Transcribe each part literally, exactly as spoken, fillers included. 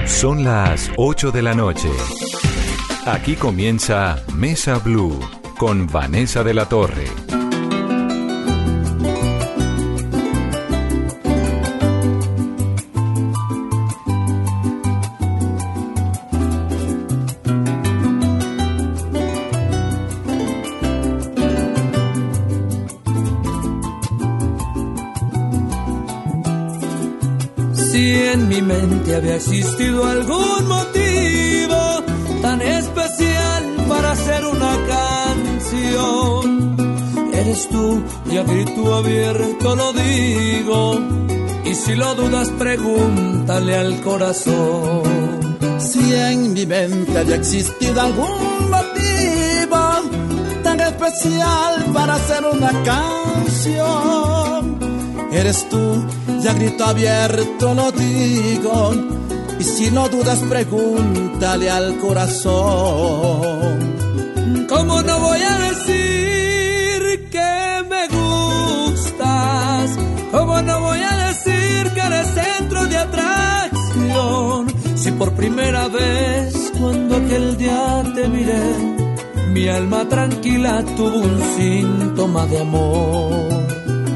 Son las ocho de la noche. Aquí comienza Mesa Blue con Vanessa de la Torre. Si en mi mente había existido algún motivo tan especial para hacer una canción, eres tú y a grito abierto lo digo, y si lo dudas pregúntale al corazón. Si en mi mente había existido algún motivo tan especial para hacer una canción, eres tú, y a grito abierto lo digo, y si no dudas pregúntale al corazón. ¿Cómo no voy a decir que me gustas? ¿Cómo no voy a decir que eres centro de atracción? Si por primera vez cuando aquel día te miré, mi alma tranquila tuvo un síntoma de amor.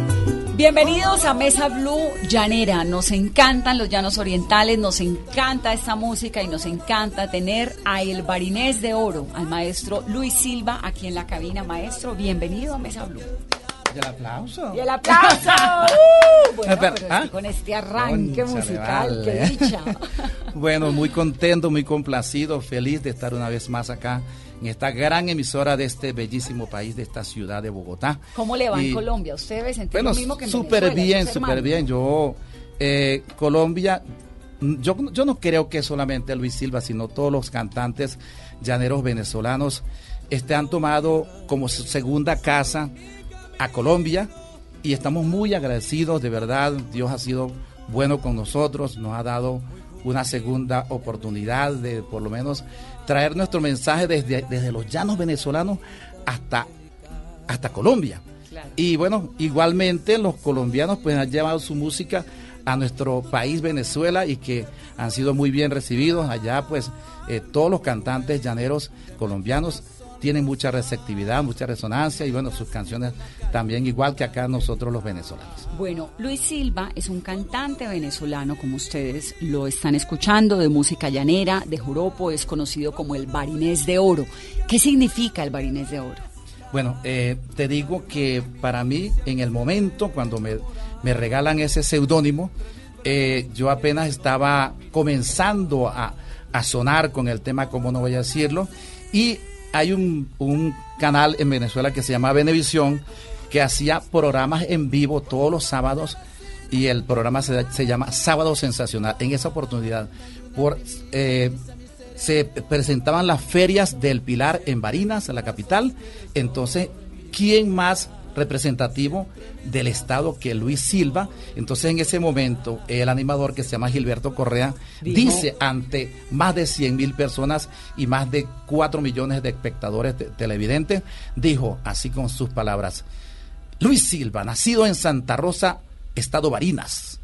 Bienvenidos a Mesa Blue Llanera. Nos encantan los llanos orientales, nos encanta esta música y nos encanta tener a el barinés de oro, al maestro Luis Silva, aquí en la cabina. Maestro, bienvenido a Mesa Blue. Y el aplauso. Y el aplauso. Uh, bueno, pero, pero ¿ah? con este arranque Concha, musical, vale. qué dicha. Bueno, muy contento, muy complacido, feliz de estar una vez más acá en esta gran emisora de este bellísimo país, de esta ciudad de Bogotá. ¿Cómo le va y, en Colombia? ¿Usted debe sentir bueno, lo mismo que en súper Venezuela? bien, sus súper hermanos? bien. Yo, eh, Colombia, yo, yo no creo que solamente Luis Silva, sino todos los cantantes llaneros venezolanos este, han tomado como su segunda casa a Colombia, y estamos muy agradecidos, de verdad. Dios ha sido bueno con nosotros, nos ha dado una segunda oportunidad de por lo menos traer nuestro mensaje desde, desde los llanos venezolanos hasta, hasta Colombia. Claro. Y bueno, igualmente los colombianos pues han llevado su música a nuestro país Venezuela, y que han sido muy bien recibidos allá. Pues eh, todos los cantantes llaneros colombianos tienen mucha receptividad, mucha resonancia, y bueno, sus canciones también, igual que acá nosotros los venezolanos. Bueno, Luis Silva es un cantante venezolano, como ustedes lo están escuchando, de música llanera, de joropo, es conocido como el barinés de oro. ¿Qué significa el barinés de oro? Bueno, eh, te digo que para mí, en el momento cuando me, me regalan ese seudónimo, eh, yo apenas estaba comenzando a, a sonar con el tema, como no voy a decirlo, y hay un, un canal en Venezuela que se llama Venevisión, que hacía programas en vivo todos los sábados, y el programa se, se llama Sábado Sensacional. En esa oportunidad por, eh, se presentaban las ferias del Pilar en Barinas, en la capital. Entonces, ¿quién más representativo del estado que Luis Silva? Entonces, en ese momento, el animador, que se llama Gilberto Correa, ¿dijo? Dice ante más de cien mil personas y más de cuatro millones de espectadores te- televidentes, dijo así con sus palabras: Luis Silva, nacido en Santa Rosa, estado Barinas,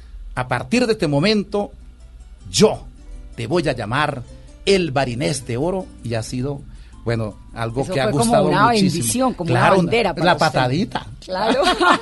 a partir de este momento yo te voy a llamar el barinés de oro. Y ha sido, bueno, algo Eso que ha fue gustado como una muchísimo. bendición, como Claro, una bandera para la usted. patadita. Claro.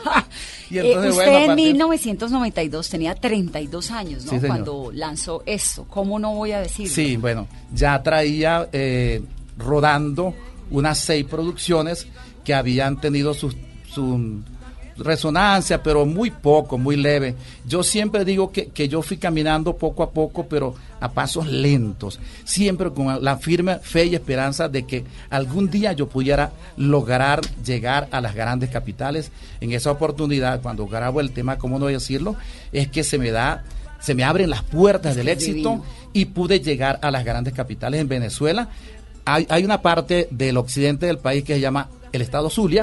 Y entonces, eh, usted bueno, a en partir- mil novecientos noventa y dos tenía treinta y dos años, ¿no? Sí, señor. Cuando lanzó esto. ¿Cómo no voy a decirlo? Sí, bueno, ya traía eh, rodando unas seis producciones que habían tenido su, su resonancia, pero muy poco, muy leve. Yo siempre digo que, que yo fui caminando poco a poco, pero a pasos lentos, siempre con la firme fe y esperanza de que algún día yo pudiera lograr llegar a las grandes capitales. En esa oportunidad, cuando grabo el tema, ¿cómo no voy a decirlo?, es que se me da, se me abren las puertas Es del que es éxito divino. y pude llegar a las grandes capitales en Venezuela. Hay, hay una parte del occidente del país que se llama el estado Zulia,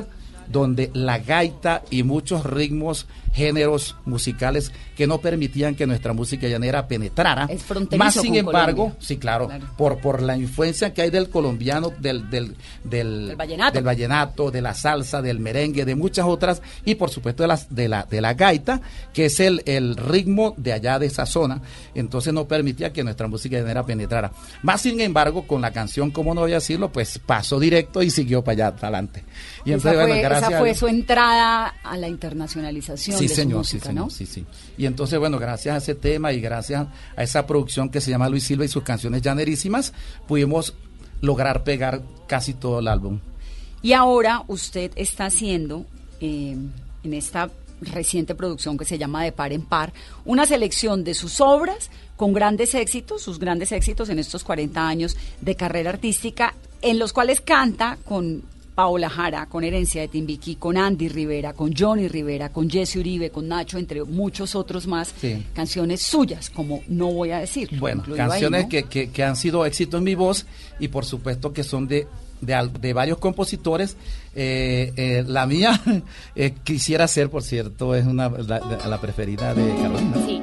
donde la gaita y muchos ritmos, géneros musicales que no permitían que nuestra música llanera penetrara. Es fronterizo Más sin con embargo, Colombia. sí, claro, Claro. por por la influencia que hay del colombiano, del del del, Del vallenato. del vallenato, de la salsa, del merengue, de muchas otras, y por supuesto de las de la de la gaita, que es el el ritmo de allá de esa zona. Entonces no permitía que nuestra música llanera penetrara. Más sin embargo, con la canción Cómo no voy a decirlo, pues pasó directo y siguió para allá adelante. Y esa, entonces, fue, bueno, gracias esa fue a- su entrada a la internacionalización Sí, de señor, su música, sí, señor, ¿no? sí, sí. Y entonces, bueno, gracias a ese tema y gracias a esa producción que se llama Luis Silva y sus canciones llanerísimas, pudimos lograr pegar casi todo el álbum. Y ahora usted está haciendo, eh, en esta reciente producción que se llama De Par en Par, una selección de sus obras con grandes éxitos, sus grandes éxitos en estos cuarenta años de carrera artística, en los cuales canta con Paola Jara, con Herencia de Timbiquí, con Andy Rivera, con Johnny Rivera, con Jesse Uribe, con Nacho, entre muchos otros más, Sí. canciones suyas, como No voy a decir. Bueno, canciones que, que, que han sido éxitos en mi voz y por supuesto que son de, de, al- de varios compositores. Eh, eh, la mía, eh, quisiera ser, por cierto, es una la, la- la preferida de Carolina. Sí.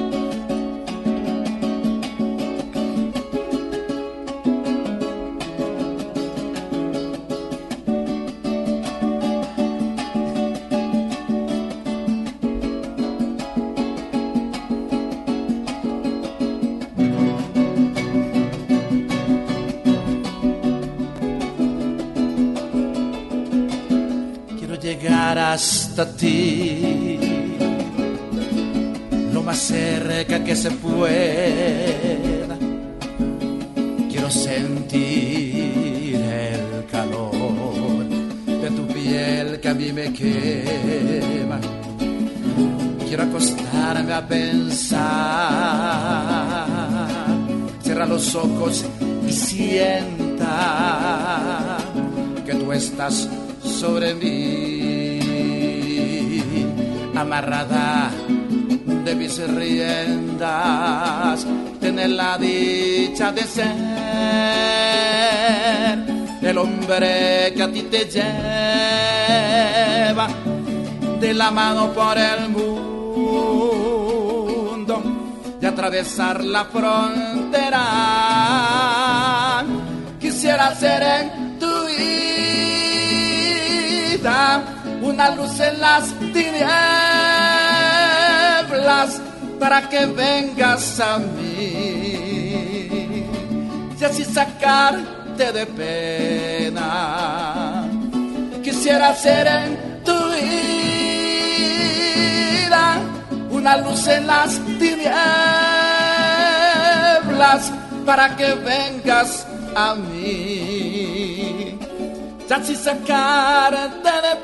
Quiero llegar hasta ti, lo más cerca que se pueda. Quiero sentir el calor de tu piel que a mí me quema. Quiero acostarme a pensar, cierra los ojos y sienta que tú estás sobre mí, amarrada de mis riendas, tener la dicha de ser el hombre que a ti te lleva de la mano por el mundo y atravesar la frontera. Quisiera ser en tu vida una luz en las tinieblas para que vengas a mí y así sacarte de pena. Quisiera ser en tu vida una luz en las tinieblas para que vengas a mí y así sacarte de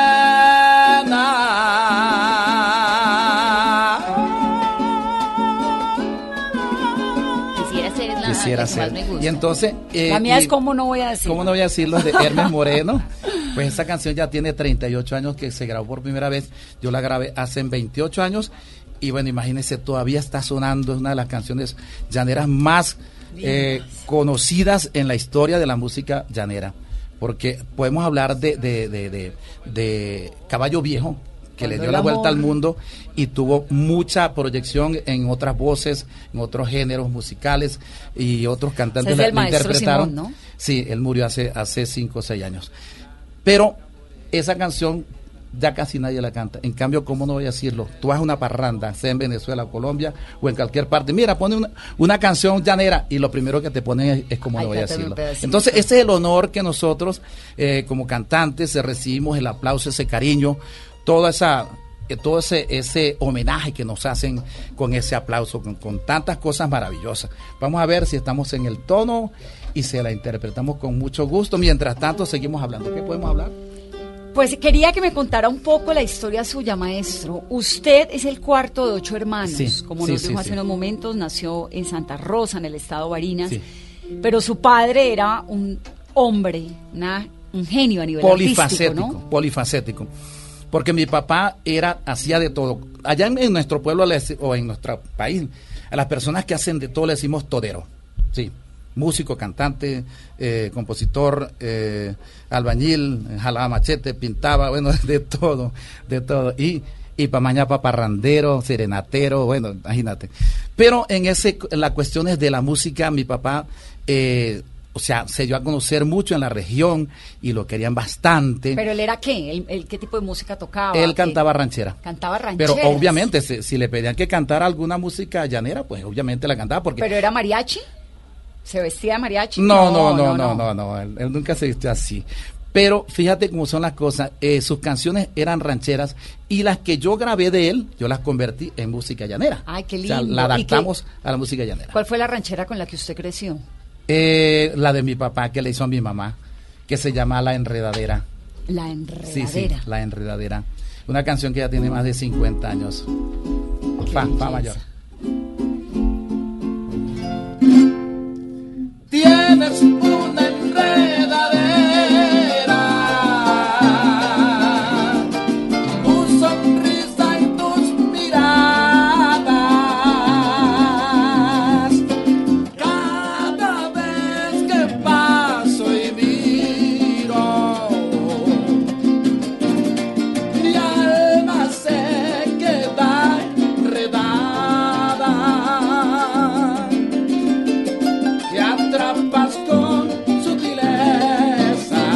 Quisiera ser la, Quisiera la que ser. más me gusta. Y entonces... eh, La mía y- es Como no voy a decir. ¿Cómo no voy a decirlo? De Hermes Moreno. Pues esa canción ya tiene treinta y ocho años que se grabó por primera vez. Yo la grabé hace veintiocho años. Y bueno, imagínense, todavía está sonando. Es una de las canciones llaneras más eh, conocidas en la historia de la música llanera. Porque podemos hablar de, de, de, de, de Caballo Viejo, que le Cuando dio el la vuelta al amor- mundo y tuvo mucha proyección en otras voces, en otros géneros musicales y otros cantantes Ese es la, el la maestro interpretaron. Simón, ¿no? Sí, él murió hace hace cinco o seis años. Pero esa canción ya casi nadie la canta. En cambio, ¿cómo no voy a decirlo? Tú vas a una parranda, sea en Venezuela, Colombia o en cualquier parte. Mira, pone una, una canción llanera y lo primero que te ponen es, es ¿cómo Ay, no voy a cántame un decirlo? pedacito. Entonces, ese es el honor que nosotros eh, como cantantes recibimos, el aplauso, ese cariño, toda esa... eh, todo ese, ese homenaje que nos hacen con ese aplauso, con, con tantas cosas maravillosas. Vamos a ver si estamos en el tono y se la interpretamos con mucho gusto. Mientras tanto, seguimos hablando. ¿Qué podemos hablar? Pues quería que me contara un poco la historia suya, maestro. Usted es el cuarto de ocho hermanos, Sí, como sí, nos sí, dijo sí. hace unos momentos, nació en Santa Rosa, en el estado Barinas, Sí. pero su padre era un hombre, una, un genio a nivel artístico, Polifacético, ¿no? polifacético. Porque mi papá era, hacía de todo. Allá en, en nuestro pueblo le dec- o en nuestro país, a las personas que hacen de todo le decimos todero. Sí. músico, cantante, eh, compositor, eh, albañil, jalaba machete, pintaba, bueno, de todo, de todo. Y, y pa' mañana parrandero, serenatero, bueno, imagínate. Pero en ese, en las cuestiones de la música, mi papá, eh, o sea, se dio a conocer mucho en la región y lo querían bastante. ¿Pero él era qué? ¿Él, él qué tipo de música tocaba? Él ¿Qué? cantaba ranchera. Cantaba rancheras. Pero obviamente, si, si le pedían que cantara alguna música llanera, pues obviamente la cantaba porque... ¿Pero era mariachi? ¿Se vestía de mariachi? No, no, no, no, no, no, no, él, él nunca se vistió así. Pero fíjate cómo son las cosas, eh, sus canciones eran rancheras y las que yo grabé de él, yo las convertí en música llanera. Ay, qué lindo. O sea, la adaptamos qué, a la música llanera. ¿Cuál fue la ranchera con la que usted creció? Eh, la de mi papá, que le hizo a mi mamá, que se llama La Enredadera. La Enredadera. Sí, sí, La Enredadera. Una canción que ya tiene más de cincuenta años. Fa, fa mayor. Tienes una enredadera, tu sonrisa y tus miradas. Cada vez que paso y miro, mi alma se queda enredada. Que atrapas con sutileza,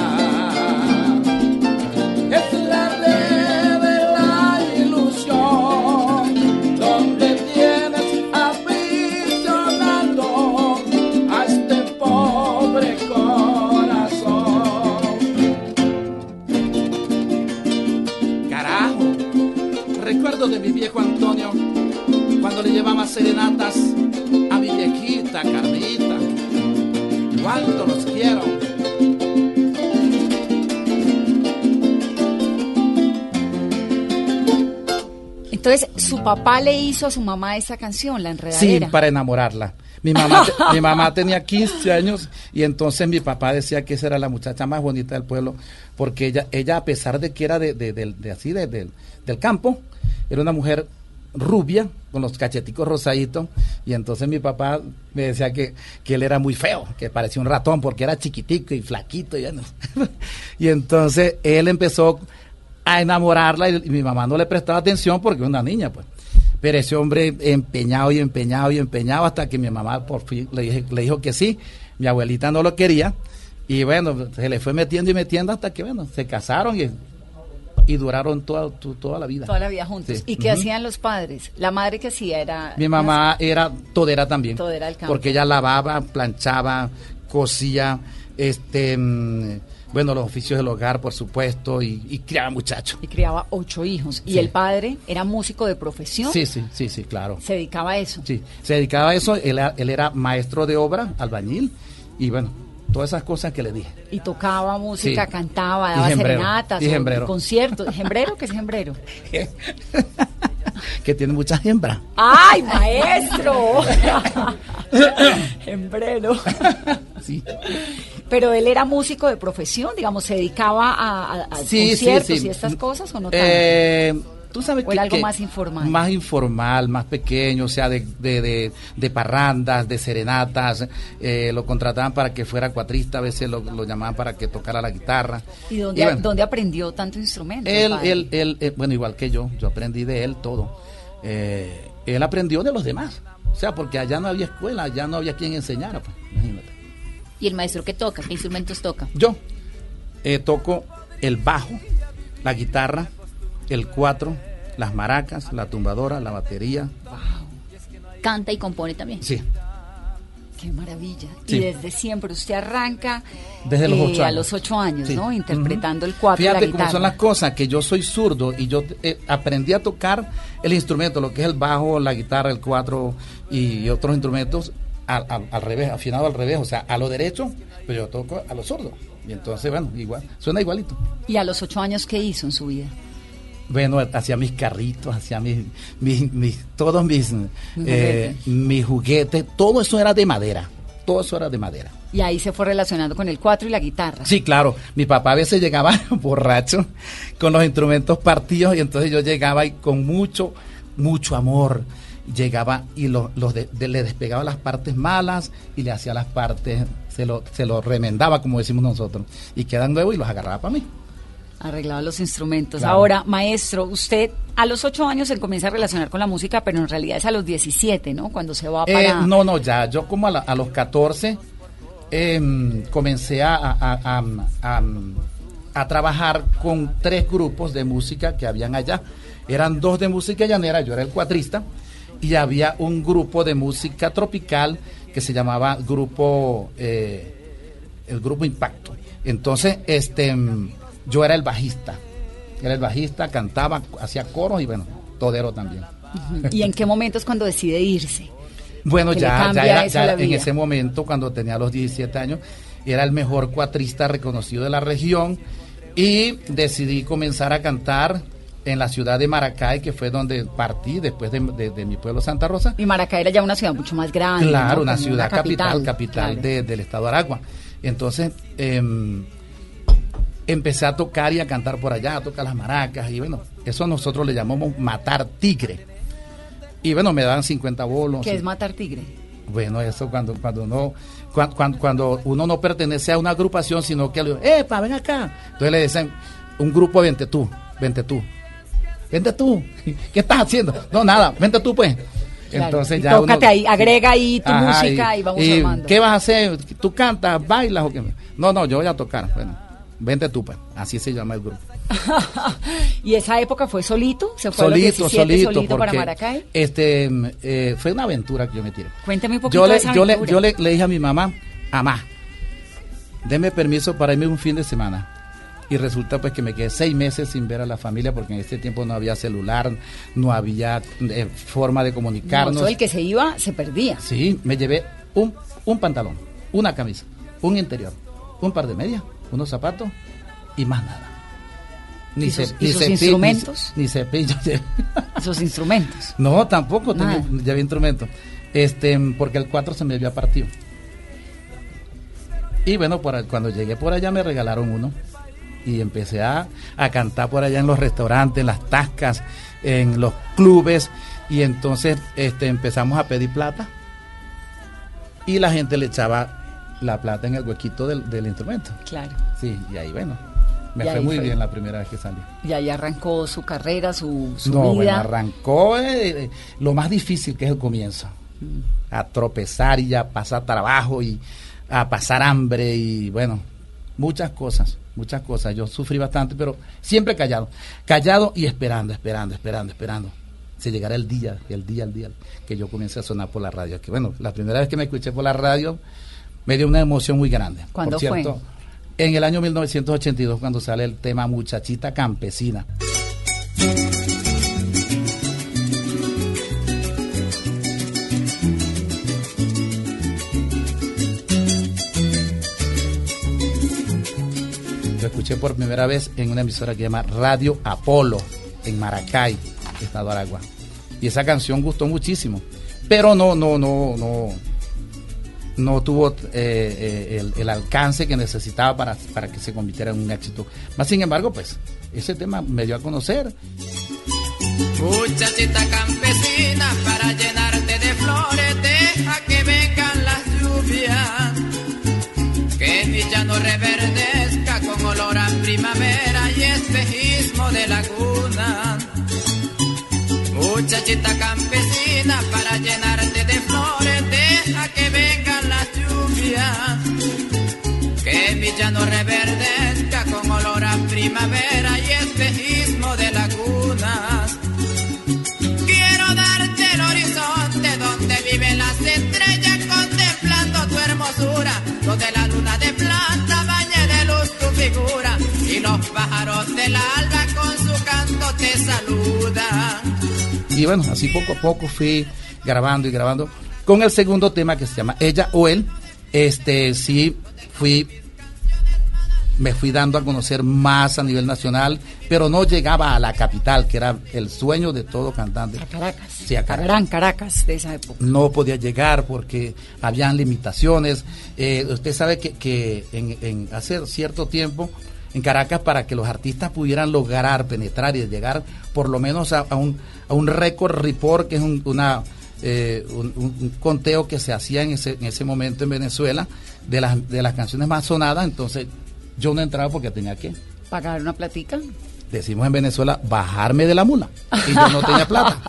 es la red de la ilusión, donde tienes aficionado a este pobre corazón. Carajo, recuerdo de mi viejo Antonio cuando le llevaba serenatas a mi viejita Carlita. Cuánto los quiero. Entonces, su papá le hizo a su mamá esa canción, La Sí, Enredadera. para enamorarla. Mi mamá, te- mi mamá tenía quince años y entonces mi papá decía que esa era la muchacha más bonita del pueblo porque ella, ella a pesar de que era de, de, de- de así de- de- del campo, era una mujer rubia con los cacheticos rosaditos y entonces mi papá me decía que, que él era muy feo, que parecía un ratón porque era chiquitico y flaquito y, bueno. Y entonces él empezó a enamorarla y, y mi mamá no le prestaba atención porque era una niña, pues. Pero ese hombre empeñado y empeñado y empeñado hasta que mi mamá por fin le, dije, le dijo que sí. Mi abuelita no lo quería y bueno, se le fue metiendo y metiendo hasta que bueno, se casaron y, y duraron toda, tu- toda la vida. Toda la vida juntos. Sí. ¿Y qué Ujú. hacían los padres? La madre que hacía era... Mi mamá era todera también. Todera del campo. Porque ella lavaba, planchaba, cosía, este, mm, bueno, los oficios del hogar, por supuesto, y, y criaba muchachos. Y criaba ocho hijos. Y Sí. el padre era músico de profesión. Sí, sí, sí, sí, claro. Se dedicaba a eso. Sí, se dedicaba a eso, él, era- él era maestro de obra, albañil, y bueno, todas esas cosas que le dije. Y tocaba música, Sí. cantaba, Y daba jembrero, serenatas, y o jembrero. conciertos. ¿Jembrero? ¿Qué es jembrero? Que tiene muchas hembras. ¡Ay, maestro! Jembrero. Sí. Pero él era músico de profesión, digamos, se dedicaba a, a- a Sí, sí, conciertos sí. y estas cosas, ¿o no tanto? Eh, tú sabes ¿O que, era algo que más informal? Más informal, más pequeño, o sea, de, de, de, de parrandas, de serenatas, eh, lo contrataban para que fuera cuatrista, a veces lo, lo llamaban para que tocara la guitarra. ¿Y dónde, bueno, dónde aprendió tanto instrumento? él, padre? él, él, eh, bueno, igual que yo, yo aprendí de él todo. Eh, él aprendió de los demás, o sea, porque allá no había escuela, allá no había quien enseñara, pues, imagínate. ¿Y el maestro qué toca? ¿Qué instrumentos toca? Yo eh, toco el bajo, la guitarra, el cuatro, las maracas, la tumbadora, la batería. Canta y compone también. Sí, ¡Qué maravilla! Sí. Y desde siempre usted arranca desde los eh, ocho a años. los ocho años, Sí. ¿no? Interpretando Ujú. el cuatro y la Fíjate guitarra. cómo son las cosas, que yo soy zurdo y yo eh, aprendí a tocar el instrumento, lo que es el bajo, la guitarra, el cuatro y otros instrumentos al, al, al revés, afinado al revés, o sea, a lo derecho, pero yo toco a lo zurdo. Y entonces, bueno, igual, suena igualito. ¿Y a los ocho años qué hizo en su vida? Bueno, hacía mis carritos, hacía mis, mis, mis- todos mis, eh, mis juguetes, todo eso era de madera, todo eso era de madera. Y ahí se fue relacionando con el cuatro y la guitarra. Sí, claro, mi papá a veces llegaba borracho con los instrumentos partidos y entonces yo llegaba y con mucho, mucho amor llegaba y los, los de, de, le despegaba las partes malas y le hacía las partes, se lo, se lo remendaba, como decimos nosotros, y quedan nuevos y los agarraba para mí. Arreglaba los instrumentos. Claro. Ahora, maestro, usted a los ocho años se comienza a relacionar con la música, pero en realidad es a los diecisiete, ¿no? Cuando se va para... Eh, no, no, ya, yo como a, la, a los catorce eh, comencé a, a, a, a, a trabajar con tres grupos de música que habían allá. Eran dos de música llanera, yo era el cuatrista, y había un grupo de música tropical que se llamaba grupo eh, el grupo Impacto. Entonces este yo era el bajista era el bajista, cantaba, hacía coros y bueno, todero también. Uh-huh. ¿Y en qué momento es cuando decide irse? Bueno, ya, ya era ya en vida? ese momento, cuando tenía los diecisiete años, era el mejor cuatrista reconocido de la región y decidí comenzar a cantar en la ciudad de Maracay, que fue donde partí después de, de, de mi pueblo Santa Rosa. Y Maracay era ya una ciudad mucho más grande. Claro, ¿no? una Como ciudad una capital, capital, capital claro. de, del estado de Aragua. Entonces, eh, empecé a tocar y a cantar por allá, a tocar las maracas, y bueno, eso nosotros le llamamos matar tigre. Y bueno, me daban cincuenta bolos. ¿Qué y, es matar tigre? Bueno, eso cuando cuando uno cuando, cuando, cuando uno no pertenece a una agrupación, sino que le digo, ¡epa, ven acá! Entonces le dicen, un grupo, vente tú, vente tú. Vente tú, ¿qué estás haciendo? No, nada, vente tú pues. Claro. Entonces Y ya tócate uno, ahí, agrega ahí tu ajá, música y, y vamos y, armando. ¿Qué vas a hacer? ¿Tú cantas, bailas o qué? No, no, yo voy a tocar. Bueno, vente tú pues, así se llama el grupo. ¿Y esa época fue solito? ¿Se fue Solito, a los diecisiete, solito, solito para porque, Maracay? Este, eh, fue una aventura que yo me tiré. Cuéntame un poquito Yo le, de esa yo le, aventura. yo le, le dije a mi mamá, mamá, deme permiso para irme un fin de semana. Y resulta pues que me quedé seis meses sin ver a la familia porque en ese tiempo no había celular, no había eh, forma de comunicarnos. No, so el que se iba se perdía. Sí, me llevé un, un pantalón, una camisa, un interior, un par de medias, unos zapatos y más nada. Ni ¿Y sus, ce- y ni sus cepillo, instrumentos? Ni, ni cepillo. Esos instrumentos. No, tampoco tenía, Nada. llevé instrumentos. Este, porque el cuatro se me había partido. Y bueno, por, cuando llegué por allá me regalaron uno. Y empecé a, a cantar por allá en los restaurantes, en las tascas, en los clubes. Y entonces este, empezamos a pedir plata. Y la gente le echaba la plata en el huequito del, del instrumento. Claro. Sí, y ahí bueno, me Y fue ahí muy fue. bien la primera vez que salí. Y ahí arrancó su carrera, su, su No, bueno, vida. arrancó eh, eh, lo más difícil que es el comienzo. Mm. A tropezar y a pasar trabajo y a pasar hambre y bueno, muchas cosas, muchas cosas. Yo sufrí bastante, pero siempre callado, callado y esperando, esperando, esperando, esperando. Se llegará el día, el día, el día que yo comencé a sonar por la radio. Que bueno, la primera vez que me escuché por la radio me dio una emoción muy grande. ¿Cuándo por cierto, fue? En el año mil novecientos ochenta y dos, cuando sale el tema Muchachita Campesina. Lo escuché por primera vez en una emisora que se llama Radio Apolo, en Maracay, Estado de Aragua. Y esa canción gustó muchísimo. Pero no, no, no, no, no tuvo eh, eh, el, el alcance que necesitaba para, para que se convirtiera en un éxito. Más sin embargo, pues, ese tema me dio a conocer. Muchachita campesina, para llenarte de flores, deja que vengan las lluvias, que mi llano reverdezca con olor a primavera y espejismo de laguna. Muchachita campesina, para llenarte de flores, deja que vengan las lluvias, que mi llano reverdezca con olor a primavera y espejismo de lagunas. Quiero darte el horizonte donde viven las estrellas contemplando tu hermosura, donde la luna de plata bañe de luz tu figura y los pájaros del alba con su canto te saludan. Y bueno, así poco a poco fui grabando y grabando. Con el segundo tema que se llama Ella o Él, este sí fui, me fui dando a conocer más a nivel nacional, pero no llegaba a la capital, que era el sueño de todo cantante. A Caracas. Sí, a Caracas. Gran Caracas de esa época. No podía llegar porque habían limitaciones. Eh, usted sabe que, que en, en hace cierto tiempo en Caracas, para que los artistas pudieran lograr penetrar y llegar por lo menos a, a un a un récord report, que es un, una eh, un, un conteo que se hacía en ese, en ese momento en Venezuela de las, de las canciones más sonadas, entonces yo no entraba porque tenía que ¿pagar una platica? Decimos en Venezuela, bajarme de la mula, y yo no tenía plata.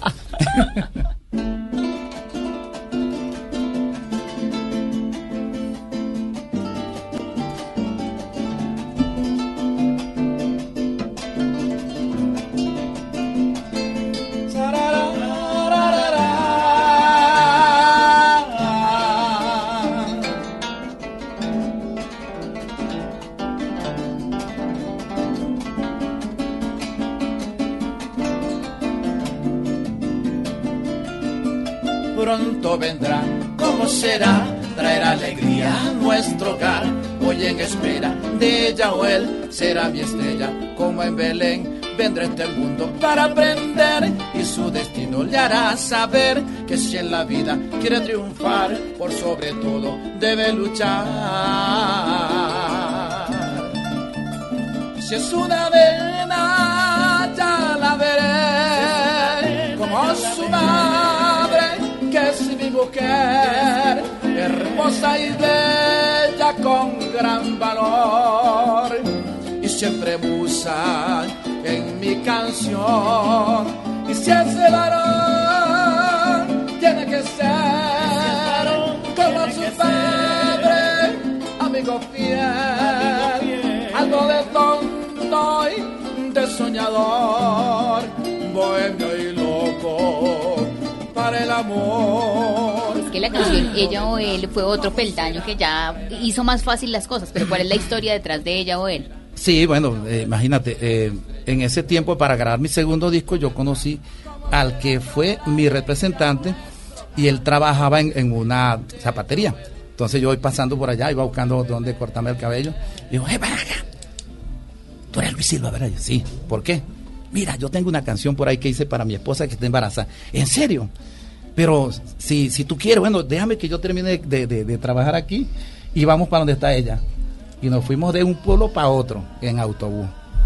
Pronto vendrá, ¿cómo será? Traerá alegría a nuestro hogar. Hoy en espera de ella o él será mi estrella, como en Belén. Vendrá este mundo para aprender y su destino le hará saber que si en la vida quiere triunfar, por sobre todo debe luchar. Si es una vena, ya la veré, como su madre, que es mi mujer, hermosa y bella con gran valor, y siempre musa en mi canción. Y si ese varón tiene que ser como su padre, amigo fiel, algo de tonto y de soñador, bohemio y loco para el amor. Es que la canción Ella o Él fue otro peldaño que ya hizo más fácil las cosas, pero ¿cuál es la historia detrás de Ella o Él? Sí, bueno, eh, imagínate, eh, en ese tiempo para grabar mi segundo disco yo conocí al que fue mi representante y él trabajaba en, en una zapatería. Entonces yo voy pasando por allá, iba buscando dónde cortarme el cabello, y digo, ¡eh, para acá! ¿Tú eres Luis Silva, verdad? Yo, sí, ¿por qué? Mira, yo tengo una canción por ahí que hice para mi esposa que está embarazada. ¿En serio? Pero si, si tú quieres, bueno, déjame que yo termine de, de, de, de trabajar aquí y vamos para donde está ella. Y nos fuimos de un pueblo para otro en autobús.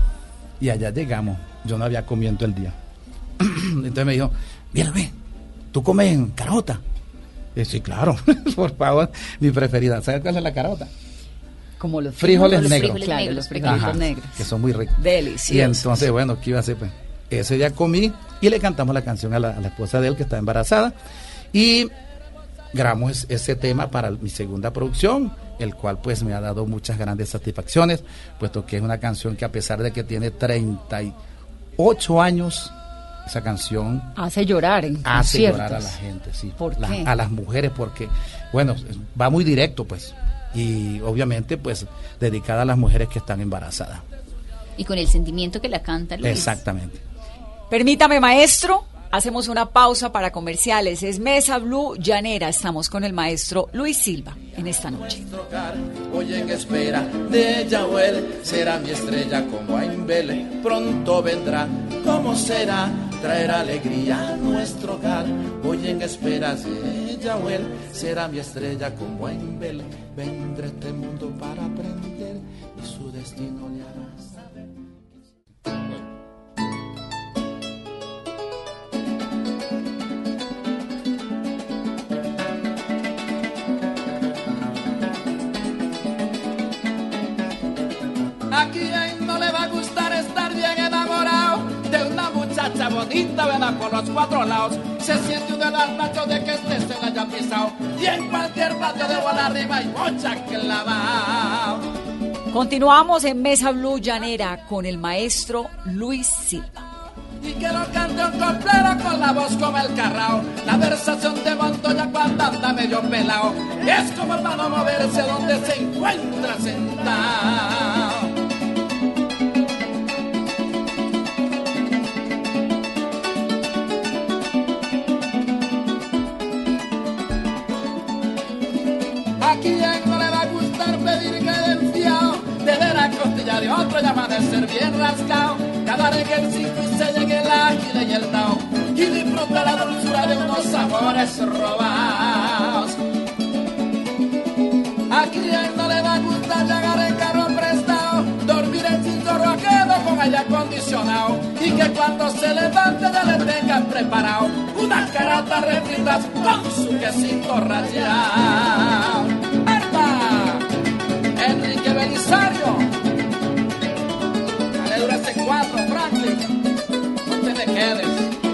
Y allá llegamos. Yo no había comido en todo el día. Entonces me dijo, mira, ve, ¿tú comes carota? Y yo, sí, claro, por favor, mi preferida. ¿Sabes cuál es la carota? Como los frijoles, los negros. frijoles Claro, negros. los frijolitos Ajá, negros. que son muy ricos. Deliciosos. Y entonces, bueno, ¿qué iba a hacer? Pues ese día comí y le cantamos la canción a la, a la esposa de él que está embarazada. Y grabamos ese tema para mi segunda producción, el cual pues me ha dado muchas grandes satisfacciones, puesto que es una canción que a pesar de que tiene treinta y ocho años, esa canción Hace llorar en hace conciertos. llorar a la gente, sí. ¿Por La- qué? a las mujeres, porque, bueno, va muy directo, pues, y obviamente, pues, dedicada a las mujeres que están embarazadas. Y con el sentimiento que la canta Luis. Exactamente. Permítame, maestro, hacemos una pausa para comerciales. Es Mesa Blue Llanera. Estamos con el maestro Luis Silva en esta noche. Nuestro hogar, hoy en espera de ella o él será mi estrella como en Belén. Pronto vendrá, ¿cómo será? Traerá alegría a nuestro hogar. Hoy en espera de ella o él será mi estrella como en Belén. Vendrá este mundo para aprender y su destino le hará saber. ¿A quién no le va a gustar estar bien enamorado de una muchacha bonita, verdad, por los cuatro lados? Se siente uno de las machos de que este se la haya pisado, y en cualquier patio de bola arriba hay mocha clavado. Continuamos en Mesa Blue Llanera con el maestro Luis Silva. Y que lo cante un coplero con la voz como el carrao, la versación de Montoya cuando anda medio pelao, es como para no moverse donde se encuentra sentado. ¿A quién no le va a gustar pedir que den fiao? De ver a costilla de otro y amanecer bien rascao. Cada en el cinco y se llegue el águila y el tao, y disfruta la dulzura de unos sabores robados. ¿A quién no le va a gustar llegar en carro prestado? Dormir en cinto roquedo con aire acondicionado, y que cuando se levante ya le tengan preparado unas caratas refritas con su quesito rallado. ¡Arpa! Enrique Belisario. Dale dura ese cuatro, Franklin. No te me quedes.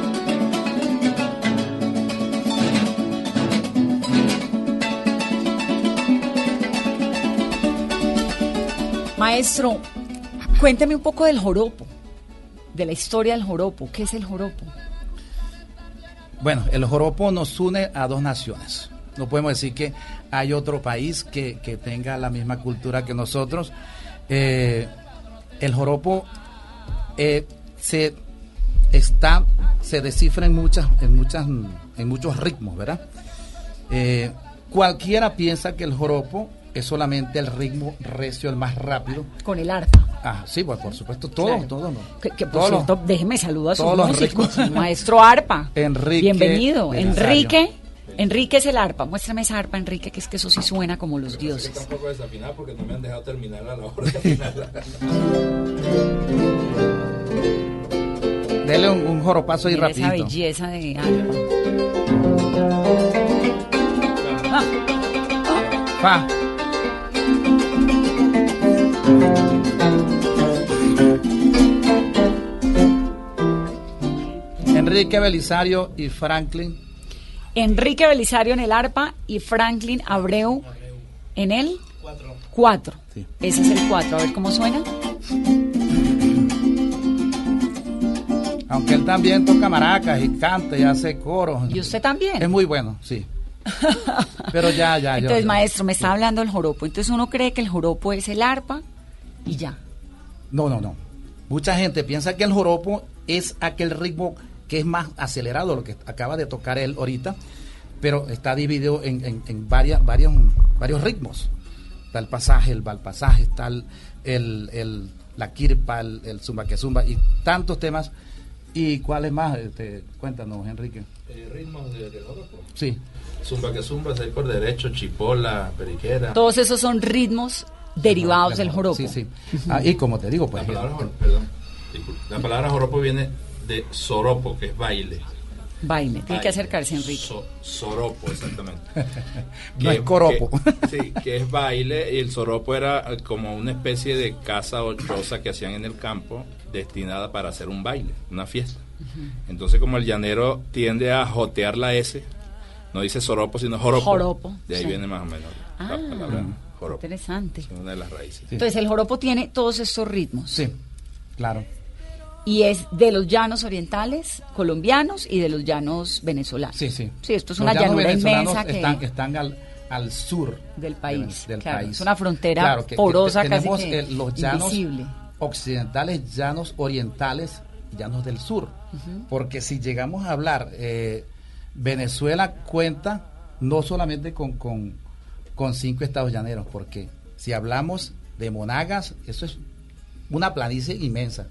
Maestro, cuénteme un poco del joropo, de la historia del joropo. ¿Qué es el joropo? Bueno, el joropo nos une a dos naciones. No podemos decir que hay otro país que, que tenga la misma cultura que nosotros. Eh, el joropo eh, se está, se descifra en muchas, en muchas, en muchos ritmos, ¿verdad? Eh, cualquiera piensa que el joropo es solamente el ritmo recio, el más rápido. Con el arpa. Ah, sí, pues por supuesto, todos, Claro. todos. ¿No? Que, que por Todos cierto, los- déjeme saludar a su todos los músico, ritmos. maestro arpa. Enrique Bienvenido. Belisario. Enrique, Enrique es el arpa. Muéstrame esa arpa, Enrique, que es que eso sí suena como los Yo dioses. tampoco desafinar porque no me han dejado terminar a la hora de afinarla. Dele un, un joropazo ahí Mira esa rapidito. belleza de arpa. Fa. Enrique Belisario y Franklin. Enrique Belisario en el arpa y Franklin Abreu en el cuatro. Sí. Ese es el cuatro. A ver cómo suena. Aunque él también toca maracas y canta y hace coros. ¿Y usted también? Es muy bueno, sí. Pero ya, ya, yo- Entonces, yo- maestro, me está hablando del joropo. Entonces uno cree que el joropo es el arpa y ya. No, no, no. Mucha gente piensa que el joropo es aquel ritmo que es más acelerado, lo que acaba de tocar él ahorita, pero está dividido en, en, en varias, varios, varios ritmos. Está el pasaje, el valpasaje, está el, el, el- la kirpa, el, el zumba que zumba y tantos temas. ¿Y cuáles más? Este, cuéntanos, Enrique. Eh, ritmos de, de joropo. Sí. Zumba que zumba, seis por derecho, chipola, periquera. Todos esos son ritmos derivados del joropo. Sí, sí. Ah, y como te digo, La pues... palabra, el- jor- perdón, disculpe. La palabra joropo viene de soropo, que es baile. Baile. Tiene que Baile. acercarse, Enrique. So- soropo, exactamente. No es coropo. que- sí, que es baile. Y el soropo era eh, como una especie de casa o choza que hacían en el campo, destinada para hacer un baile, una fiesta. Entonces, como el llanero tiende a jotear la S, no dice soropo, sino joropo. Joropo, De ahí sí. viene más o menos la Ah, palabra joropo. interesante. Es una de las raíces. Sí. Entonces el joropo tiene todos estos ritmos. Sí, claro. Y es de los llanos orientales colombianos y de los llanos venezolanos. Sí, sí. Sí, esto es Los una llanos llanura venezolanos inmensa que... están, están al, al sur Del país, del claro, país. es una frontera Claro, que- que porosa, te- casi tenemos, que eh, los llanos invisible. occidentales, llanos orientales, llanos del sur. Porque si llegamos a hablar, eh, Venezuela cuenta no solamente con, con, con cinco estados llaneros, porque si hablamos de Monagas, eso es una planicie inmensa.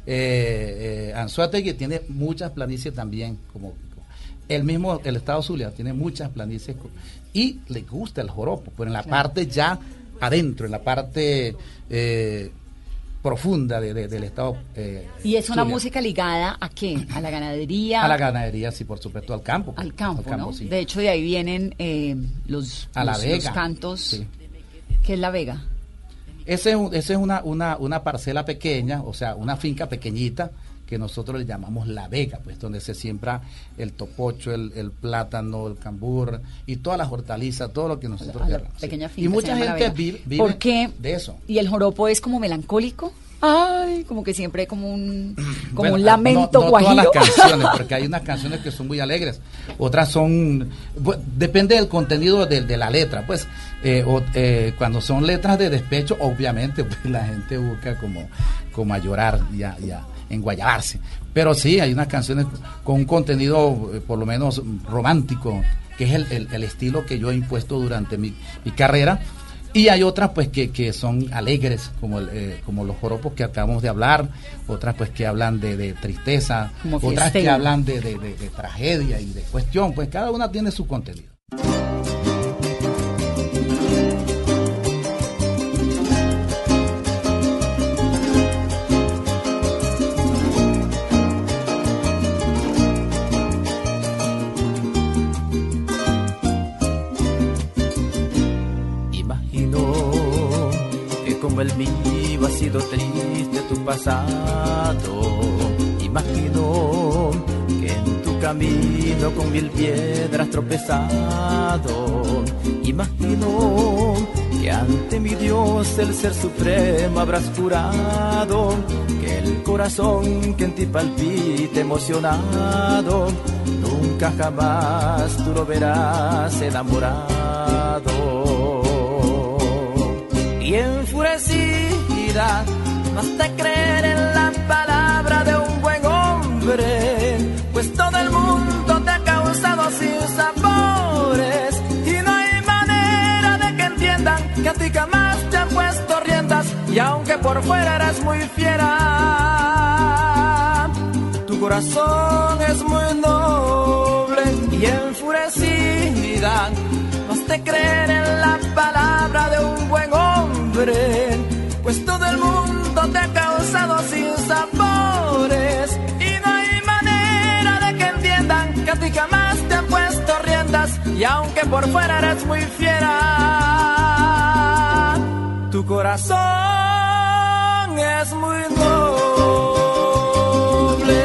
Eh, eh, Anzoátegui tiene muchas planicies también, como el mismo, el estado Zulia tiene muchas planicies co- y le gusta el joropo, pero en la parte ya adentro, en la parte eh, profunda de, de- del estado. eh, Y es una Zulia. música ligada a qué? A la ganadería, A la ganadería, sí, por supuesto, al campo. al campo, ¿no? sí. De hecho, de ahí vienen eh, los, A la los, vega. los cantos. Sí. ¿Qué es la vega? Ese es, un- ese es una, una, una parcela pequeña, o sea, una finca pequeñita que nosotros le llamamos la vega, pues donde se siembra el topocho, el, el plátano, el cambur y todas las hortalizas, todo lo que nosotros A la queramos, sí. pequeña Y finca se mucha llama la gente vega. vive, vive ¿Por qué? de eso. ¿Y el joropo es como melancólico? Ay, como que siempre hay como un, como Bueno, un lamento no, no guajiro. todas las canciones, porque hay unas canciones que son muy alegres, otras son, bu- depende del contenido de, de la letra, pues, eh, o, eh, cuando son letras de despecho, obviamente, pues la gente busca como, como a llorar y a, y a enguayabarse, pero sí, hay unas canciones con un contenido, eh, por lo menos romántico, que es el, el- el estilo que yo he impuesto durante mi, mi carrera. Y hay otras pues que, que son alegres, como el, eh, como los joropos que acabamos de hablar, otras pues que hablan de, de tristeza, Como otras que fiestero. hablan de, de, de- de tragedia y de cuestión, pues cada una tiene su contenido. como el mío ha sido triste tu pasado. Imagino que en tu camino con mil piedras tropezado. Imagino que ante mi Dios, el Ser Supremo, habrás jurado que el corazón que en ti palpita emocionado, nunca jamás tú lo verás enamorado. Y enfurecida, basta creer en la palabra de un buen hombre, pues todo el mundo te ha causado sinsabores, y no hay manera de que entiendan que a ti jamás te han puesto riendas, y aunque por fuera eres muy fiera, tu corazón es muy noble. Y enfurecida, basta creer en la palabra de un buen hombre, pues todo el mundo te ha causado sinsabores, y no hay manera de que entiendan que a ti jamás te han puesto riendas, y aunque por fuera eres muy fiera, tu corazón es muy noble.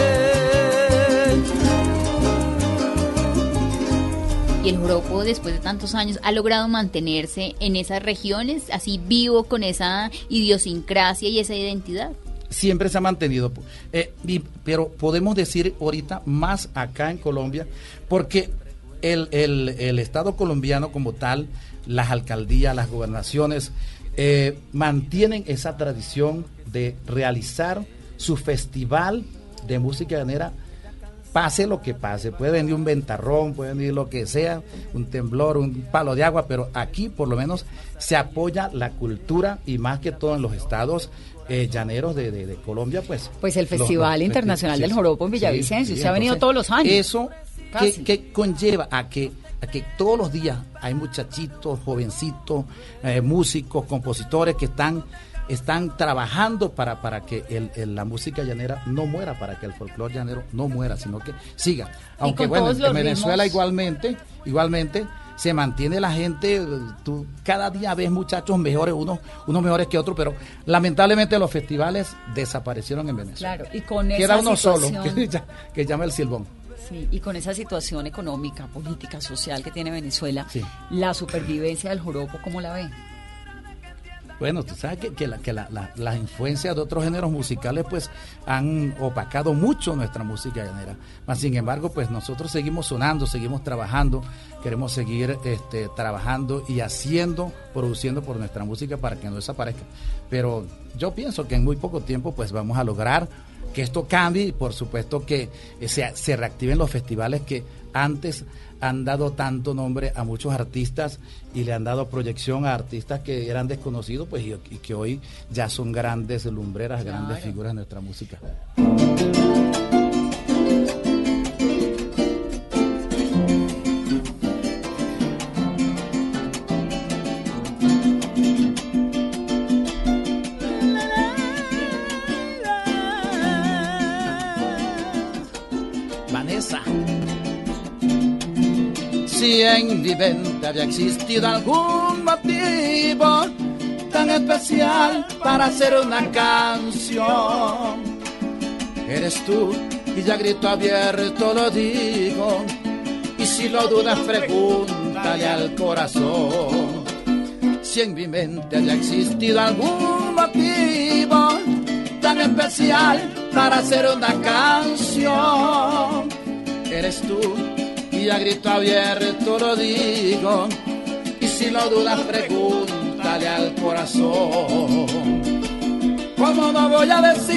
Y el joropo, después de tantos años, ha logrado mantenerse en esas regiones, así vivo, con esa idiosincrasia y esa identidad. Siempre se ha mantenido, eh, y, pero podemos decir ahorita más acá en Colombia, porque el, el, el Estado colombiano como tal, las alcaldías, las gobernaciones, eh, mantienen esa tradición de realizar su festival de música llanera, pase lo que pase. Puede venir un ventarrón, puede venir lo que sea, un temblor, un palo de agua, pero aquí por lo menos se apoya la cultura, y más que todo en los estados eh, llaneros de, de, de Colombia, pues. Pues el Festival los, los, Internacional sí, del Joropo en Villavicencio, sí, sí, se ha venido todos los años. Eso que, que conlleva a que, a que todos los días hay muchachitos, jovencitos, eh, músicos, compositores que están están trabajando para, para que el, el, la música llanera no muera, para que el folclore llanero no muera, sino que siga. Aunque bueno, en, en Venezuela ritmos... igualmente, igualmente se mantiene la gente, tú cada día ves muchachos mejores, unos, unos mejores que otros, pero lamentablemente los festivales desaparecieron en Venezuela. Claro, y con esa Queda uno situación... solo, que, que llama el silbón. Sí, y con esa situación económica, política, social que tiene Venezuela, sí. La supervivencia del joropo, ¿cómo la ve? Bueno, tú sabes que, que, la, que la, la, las influencias de otros géneros musicales pues han opacado mucho nuestra música llanera. Mas, sin embargo, pues nosotros seguimos sonando, seguimos trabajando, queremos seguir este, trabajando y haciendo, produciendo por nuestra música para que no desaparezca. Pero yo pienso que en muy poco tiempo pues vamos a lograr que esto cambie, y por supuesto que se, se reactiven los festivales que antes han dado tanto nombre a muchos artistas y le han dado proyección a artistas que eran desconocidos, pues y, y que hoy ya son grandes lumbreras, claro, grandes figuras de nuestra música. Vanessa. Si en mi mente había existido algún motivo tan especial para hacer una canción, eres tú, y ya grito abierto lo digo, y si lo dudas pregúntale al corazón. Si en mi mente había existido algún motivo tan especial para hacer una canción, eres tú, y a grito abierto lo digo, y si lo dudas pregúntale al corazón. ¿Cómo no voy a decir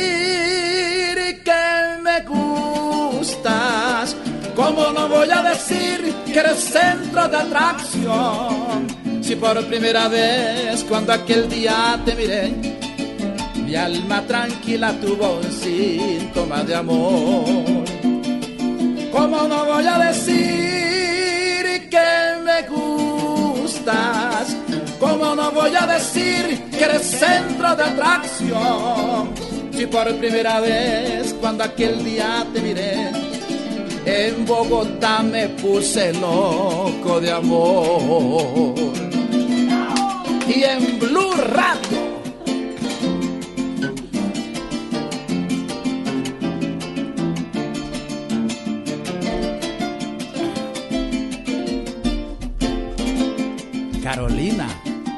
que me gustas? ¿Cómo no voy a decir que eres centro de atracción? Si por primera vez cuando aquel día te miré, mi alma tranquila tuvo un síntoma de amor. ¿Cómo no voy a decir que me gustas? ¿Cómo no voy a decir que eres centro de atracción? Si por primera vez cuando aquel día te miré, en Bogotá me puse loco de amor. y en Blue Radio. Carolina.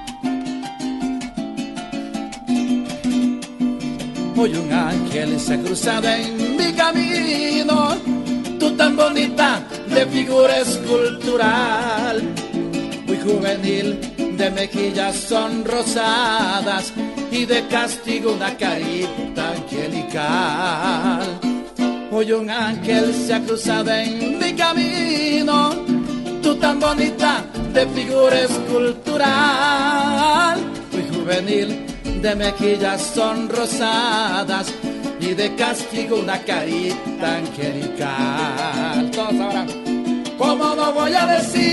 Hoy un ángel se ha cruzado en mi camino, tú tan bonita de figura escultural, muy juvenil, de mejillas sonrosadas y de castigo una carita angelical. Hoy un ángel se ha cruzado en mi camino, tú tan bonita de figura escultural, muy juvenil, de mejillas sonrosadas y de castigo una carita angelical. Todos ahora, ¿cómo no voy a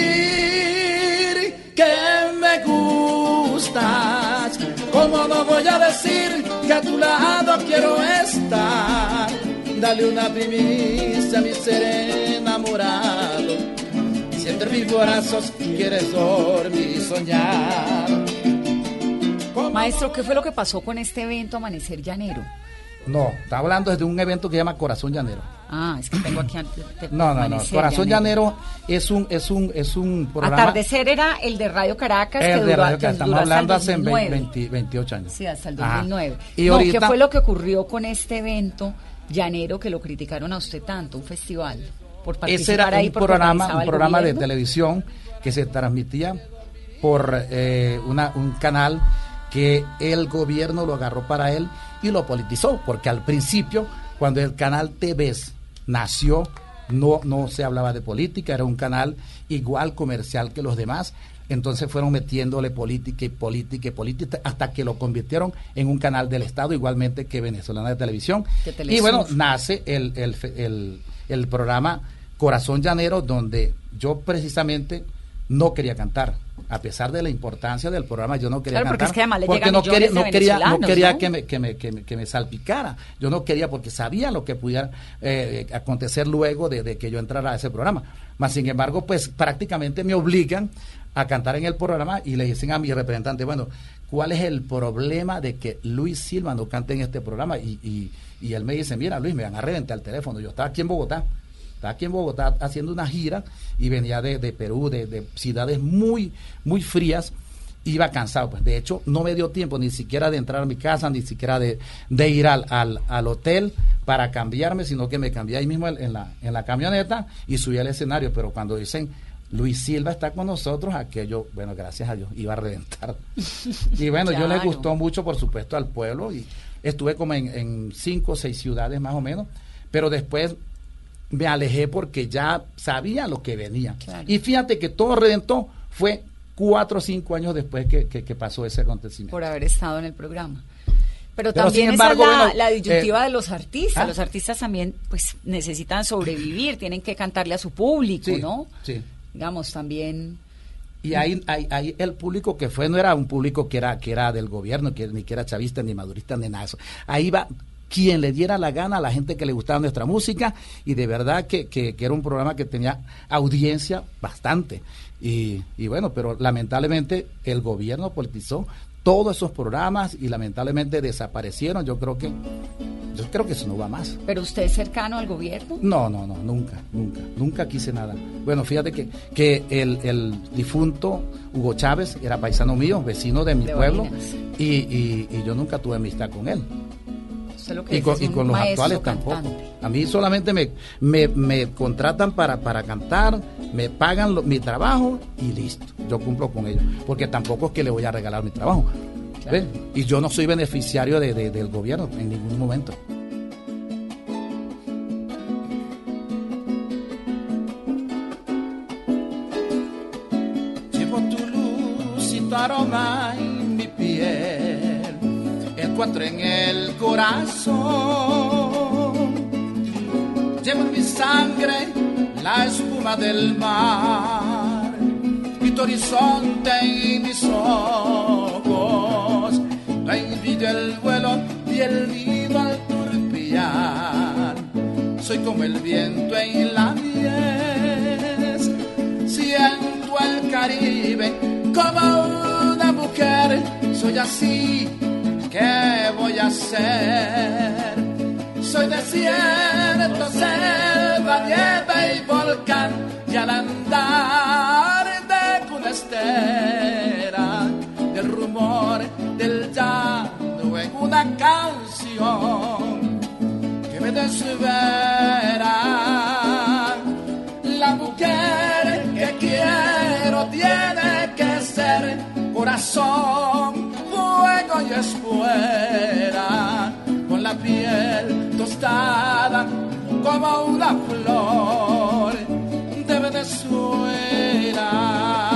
decir que me gustas? ¿Cómo no voy a decir que a tu lado quiero estar? Dale una primicia a mi ser enamorado, si entre mis brazos quieres dormir y soñar. Maestro, ¿qué fue lo que pasó con este evento Amanecer Llanero? No, está hablando de un evento que se llama Corazón Llanero. Ah, es que tengo aquí antes. No, no, no. Corazón Llanero es un, es un, es un programa. Atardecer era el de Radio Caracas, el que de duró, Radio Caracas. Estamos hablando hace veinte, veintiocho años. Sí, hasta el dos mil nueve. Y no, ahorita, ¿qué fue lo que ocurrió con este evento llanero que lo criticaron a usted tanto, un festival? Por participar ese era ahí un programa, un el programa de gobierno. televisión que se transmitía por eh, una, un canal que el gobierno lo agarró para él y lo politizó, porque al principio, cuando el canal T V nació, no, no se hablaba de política, era un canal igual comercial que los demás, entonces fueron metiéndole política y política y política hasta que lo convirtieron en un canal del Estado, igualmente que Venezolana de Televisión. Y bueno, nace el, el, el, el programa Corazón Llanero, donde yo precisamente no quería cantar. A pesar de la importancia del programa, yo no quería claro, porque cantar, es que además le porque llegan no quería, no de quería, no quería ¿no? que me, que me, que me, que me salpicara. Yo no quería porque sabía lo que pudiera eh, acontecer luego de, de que yo entrara a ese programa. Mas sin embargo, pues prácticamente me obligan a cantar en el programa y le dicen a mi representante, bueno, ¿cuál es el problema de que Luis Silva no cante en este programa? Y, y, y él me dice, mira Luis, me van a reventar el teléfono. Yo estaba aquí en Bogotá. Estaba aquí en Bogotá haciendo una gira y venía de, de Perú, de, de ciudades muy, muy frías, iba cansado. Pues de hecho, no me dio tiempo ni siquiera de entrar a mi casa, ni siquiera de, de ir al, al, al hotel para cambiarme, sino que me cambié ahí mismo en la, en la camioneta y subí al escenario. Pero cuando dicen, Luis Silva está con nosotros, aquello, bueno, gracias a Dios, iba a reventar. Y bueno, claro. Yo le gustó mucho, por supuesto, al pueblo y estuve como en, en cinco o seis ciudades más o menos, pero después me alejé porque ya sabía lo que venía. Claro. Y fíjate que todo reventó fue cuatro o cinco años después que, que, que pasó ese acontecimiento. Por haber estado en el programa. Pero, Pero también embargo, esa es la, bueno, la disyuntiva eh, de los artistas. ¿ah? Los artistas también pues necesitan sobrevivir, tienen que cantarle a su público, sí, ¿no? Sí. Digamos, también... Y ahí, ahí, ahí el público que fue no era un público que era, que era del gobierno, que ni que era chavista, ni madurista, ni nada de eso. Ahí va quien le diera la gana a la gente que le gustaba nuestra música, y de verdad que, que, que era un programa que tenía audiencia bastante. Y, y bueno, pero lamentablemente el gobierno politizó todos esos programas y lamentablemente desaparecieron. Yo creo que yo creo que eso no va más. ¿Pero usted es cercano al gobierno? No, no, no, nunca, nunca, nunca quise nada. Bueno, fíjate que, que el, el difunto Hugo Chávez era paisano mío, vecino de mi de pueblo, Barinas. y, y, y yo nunca tuve amistad con él. Lo que y con, es y con los actuales tampoco. cantante. A mí solamente me, me, me contratan para, para cantar, me pagan lo, mi trabajo y listo. Yo cumplo con ello. Porque tampoco es que le voy a regalar mi trabajo. Claro. Y yo no soy beneficiario de, de, del gobierno en ningún momento. Llevo tu luz y tu aroma en mi piel, encuentro en el corazón, llevo en mi sangre la espuma del mar y tu horizonte en mis ojos, la envidia, el vuelo y el nido al turpiar. Soy como el viento en la mies, siento el Caribe como una mujer soy así, ¿qué voy a hacer? Soy desierto, selva, nieve y volcán, y al andar de cunestera, del rumor del llano en una canción que me desvela. La mujer que quiero tiene que ser corazón, fuego y espuela, con la piel tostada como una flor de Venezuela.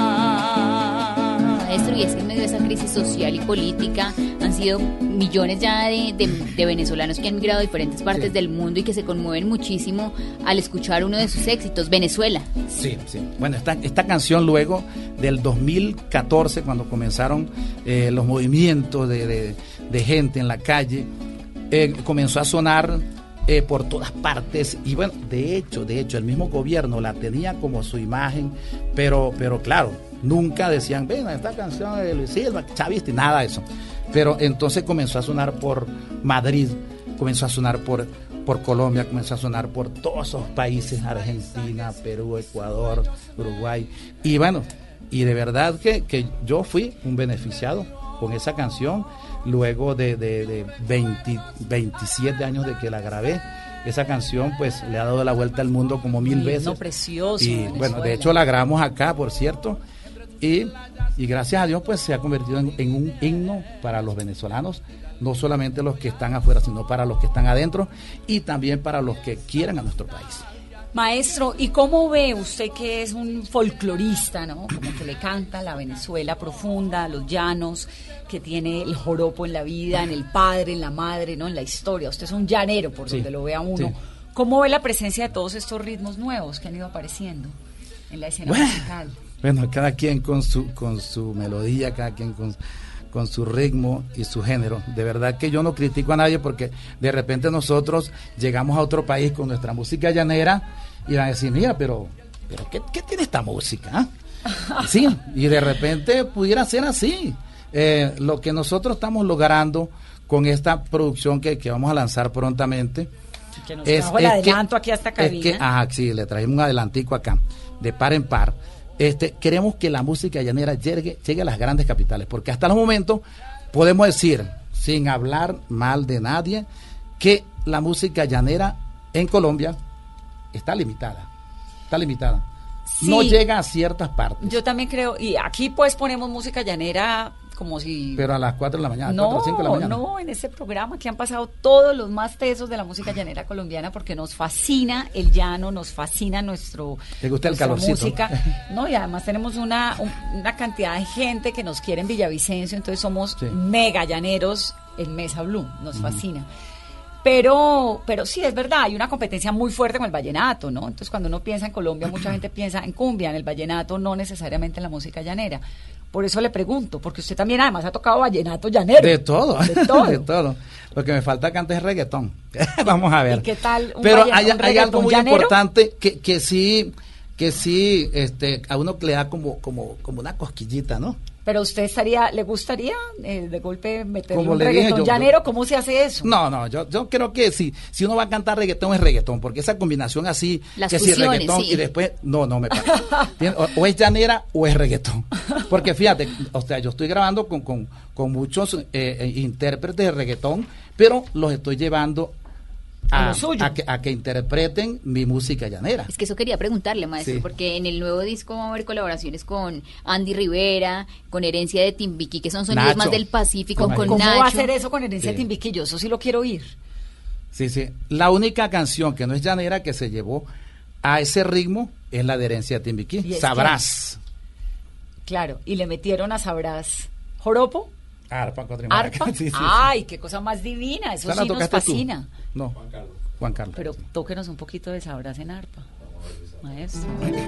Maestro, y es que en medio de esa crisis social y política han sido millones ya de, de, de venezolanos que han migrado a diferentes partes sí. del mundo y que se conmueven muchísimo al escuchar uno de sus éxitos, Venezuela. Sí, sí. Bueno, esta, esta canción luego del dos mil catorce, cuando comenzaron eh, los movimientos de, de, de gente en la calle, eh, comenzó a sonar eh, por todas partes, y bueno, de hecho, de hecho, el mismo gobierno la tenía como su imagen, pero, pero claro, nunca decían, ven, esta canción de Luis Silva, chavista, y nada de eso. Pero entonces comenzó a sonar por Madrid, comenzó a sonar por, por Colombia, comenzó a sonar por todos esos países, Argentina, Perú, Ecuador, Uruguay. Y bueno, y de verdad que, que yo fui un beneficiado con esa canción, luego de, de, de veinte, veintisiete años de que la grabé. Esa canción pues le ha dado la vuelta al mundo como mil veces. No, precioso. Y Venezuela. Bueno, de hecho la grabamos acá, por cierto. Y, y gracias a Dios pues se ha convertido en, en un himno para los venezolanos, no solamente los que están afuera, sino para los que están adentro y también para los que quieran a nuestro país. Maestro, ¿y cómo ve usted que es un folclorista, ¿no? Como que le canta la Venezuela profunda, los llanos, que tiene el joropo en la vida, en el padre, en la madre, ¿no? En la historia. Usted es un llanero, por sí, donde lo vea uno. Sí. ¿Cómo ve la presencia de todos estos ritmos nuevos que han ido apareciendo en la escena bueno. musical? Bueno, cada quien con su con su melodía, cada quien con, con su ritmo y su género. De verdad que yo no critico a nadie, porque de repente nosotros llegamos a otro país con nuestra música llanera y van a decir, mira, pero, pero ¿qué, qué tiene esta música? Sí, y de repente pudiera ser así. Eh, lo que nosotros estamos logrando con esta producción que, que vamos a lanzar prontamente, que nos es, trajo el es adelanto que, aquí a esta cabina. Es que, ajá, sí, le traemos un adelantico acá, de par en par. Este, queremos que la música llanera llegue, llegue a las grandes capitales, porque hasta el momento podemos decir, sin hablar mal de nadie, que la música llanera en Colombia está limitada, está limitada. Sí, no llega a ciertas partes. Yo también creo, y aquí pues ponemos música llanera como si... Pero a las cuatro de la mañana, no, cuatro o cinco de la mañana. No, en este programa que han pasado todos los más tesos de la música llanera colombiana, porque nos fascina el llano, nos fascina nuestro... ¿Te gusta el calorcito? Música, no, y además tenemos una, un, una cantidad de gente que nos quiere en Villavicencio, entonces somos sí. mega llaneros en Mesa Blue, nos mm. fascina. Pero, pero sí, es verdad, hay una competencia muy fuerte con el vallenato, ¿no? Entonces cuando uno piensa en Colombia, mucha gente piensa en cumbia, en el vallenato, no necesariamente en la música llanera. Por eso le pregunto, porque usted también además ha tocado vallenato llanero. De todo, de todo. de todo. Lo que me falta acá antes es reggaetón. Vamos a ver. ¿Y qué tal un Pero hay, hay algo muy llanero? importante que, que sí, que sí, este, a uno le da como, como, como una cosquillita, ¿no? Pero usted estaría, ¿le gustaría eh, de golpe meterle Como un le reggaetón dije, yo, llanero? Yo, ¿Cómo se hace eso? No, no, yo, yo creo que si, si uno va a cantar reggaetón es reggaetón, porque esa combinación así, Las que fusiones, si reggaetón sí. y después, no, no me pasa. o, o es llanera o es reggaetón. Porque fíjate, o sea, yo estoy grabando con, con, con muchos eh, intérpretes de reggaetón, pero los estoy llevando A, a, que, a que interpreten mi música llanera. Es que eso quería preguntarle, maestro, sí. porque en el nuevo disco va a haber colaboraciones con Andy Rivera, con Herencia de Timbiquí, que son sonidos Nacho. más del Pacífico, ¿Cómo, con ¿cómo Nacho. va a hacer eso con Herencia sí. de Timbiquí? Yo eso sí lo quiero oír. Sí, sí. La única canción que no es llanera que se llevó a ese ritmo es la de Herencia de Timbiquí, Sabrás. Que, claro, y le metieron a Sabrás joropo. Arpa, Arpa. Sí, sí, sí. Ay, qué cosa más divina, eso sí nos fascina. Tú? No, Juan Carlos. Juan Carlos. Pero tóquenos un poquito de Sabrás en arpa, maestro.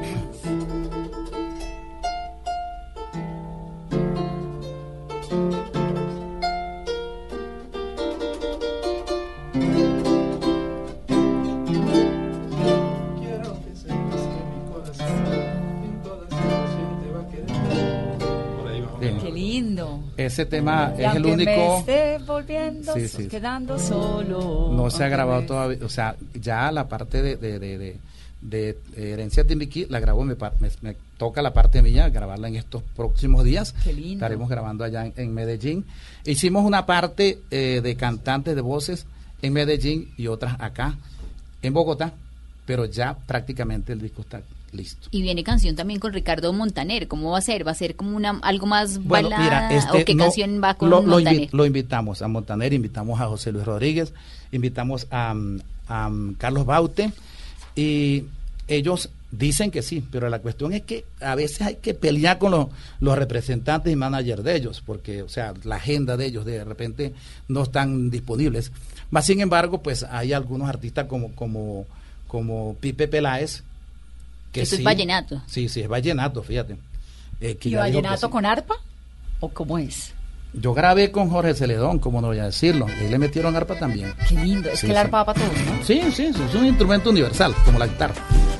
Quiero que sepas que mi corazón en todas situaciones te va a querer. Bien. Qué lindo. Ese tema Y es el aunque único. me esté volviendo, Sí, sí. quedando solo. No se ha aunque grabado me- todavía, o sea, ya la parte de, de, de, de, de Herencia Timbiquí la grabo, me, pa- me, me toca la parte mía, grabarla en estos próximos días. Qué lindo. Estaremos grabando allá en, en Medellín. Hicimos una parte eh, de cantantes de voces en Medellín y otras acá en Bogotá, pero ya prácticamente el disco está listo. Y viene canción también con Ricardo Montaner. ¿Cómo va a ser? ¿Va a ser como una algo más Bueno, balada? mira, este, ¿O qué no, canción va con lo, lo, Montaner? invi- lo invitamos a Montaner, invitamos a José Luis Rodríguez, invitamos a, a, a Carlos Baute, y ellos dicen que sí, pero la cuestión es que a veces hay que pelear con los, los representantes y managers de ellos, porque, o sea, la agenda de ellos de repente no están disponibles. Más sin embargo, pues hay algunos artistas como, como, como Pipe Peláez, que Eso sí, es vallenato. Sí, sí, es vallenato, fíjate. Eh, que ¿Y ya dijo que vallenato sí. con arpa? ¿O cómo es? Yo grabé con Jorge Celedón, como no voy a decirlo, y ahí le metieron arpa también. Qué lindo. Es Sí, que el sí. arpa va para todos, ¿no? Sí, sí, sí, es un instrumento universal, como la guitarra.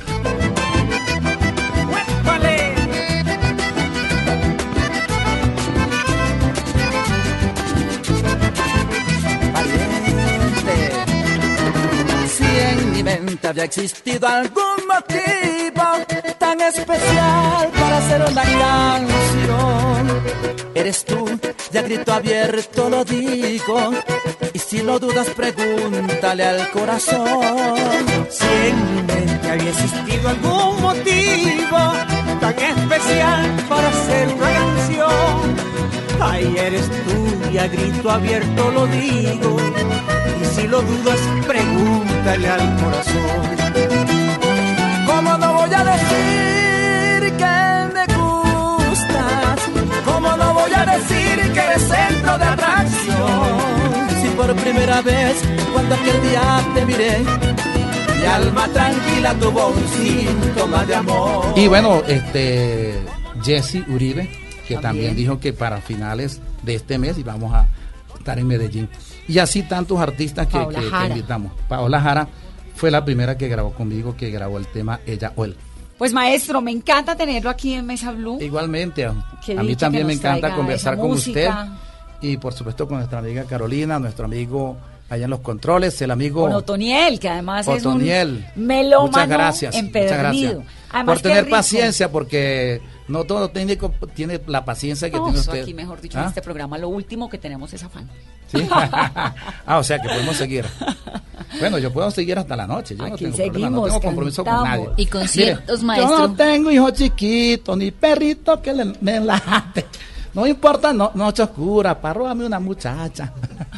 Si en mi mente había existido algún motivo tan especial para hacer una canción, eres tú, y a grito abierto lo digo, y si lo dudas pregúntale al corazón. Si en mi mente había existido algún motivo tan especial para hacer una canción, ay, eres tú, y a grito abierto lo digo, y si lo dudas, pregúntale al corazón. ¿Cómo no voy a decir que me gustas? ¿Cómo no voy a decir que eres centro de atracción? Si por primera vez, cuando aquel día te miré, mi alma tranquila tuvo un síntoma de amor. Y bueno, este Jesse Uribe, que también. También. dijo que para finales de este mes íbamos a estar en Medellín. Y así tantos artistas que, Paola que- que Jara. invitamos. Paola Jara fue la primera que grabó conmigo, que grabó el tema Ella o Él. Pues maestro, me encanta tenerlo aquí en Mesa Blue. Igualmente, a, Qué a mí dicha también que me nos encanta traiga conversar esa con música. usted y por supuesto con nuestra amiga Carolina, nuestro amigo allá en los controles, el amigo Con Otoniel, que además Otoniel. es un melómano Muchas gracias, muchas empedernido. gracias. Además, por qué tener rico. paciencia, porque no todo técnico tiene la paciencia que No, tiene eso usted. aquí, mejor dicho, ¿Ah? en este programa, lo último que tenemos es afán. ¿Sí? Ah, o sea que podemos seguir. Bueno, yo puedo seguir hasta la noche. Yo no Aquí tengo problema, no seguimos, tengo compromiso con cantamos. nadie. Y conciertos, Mire, maestro. Yo no tengo hijo chiquito, ni perrito que le, le late. No importa, no, noche oscura, parróame una muchacha.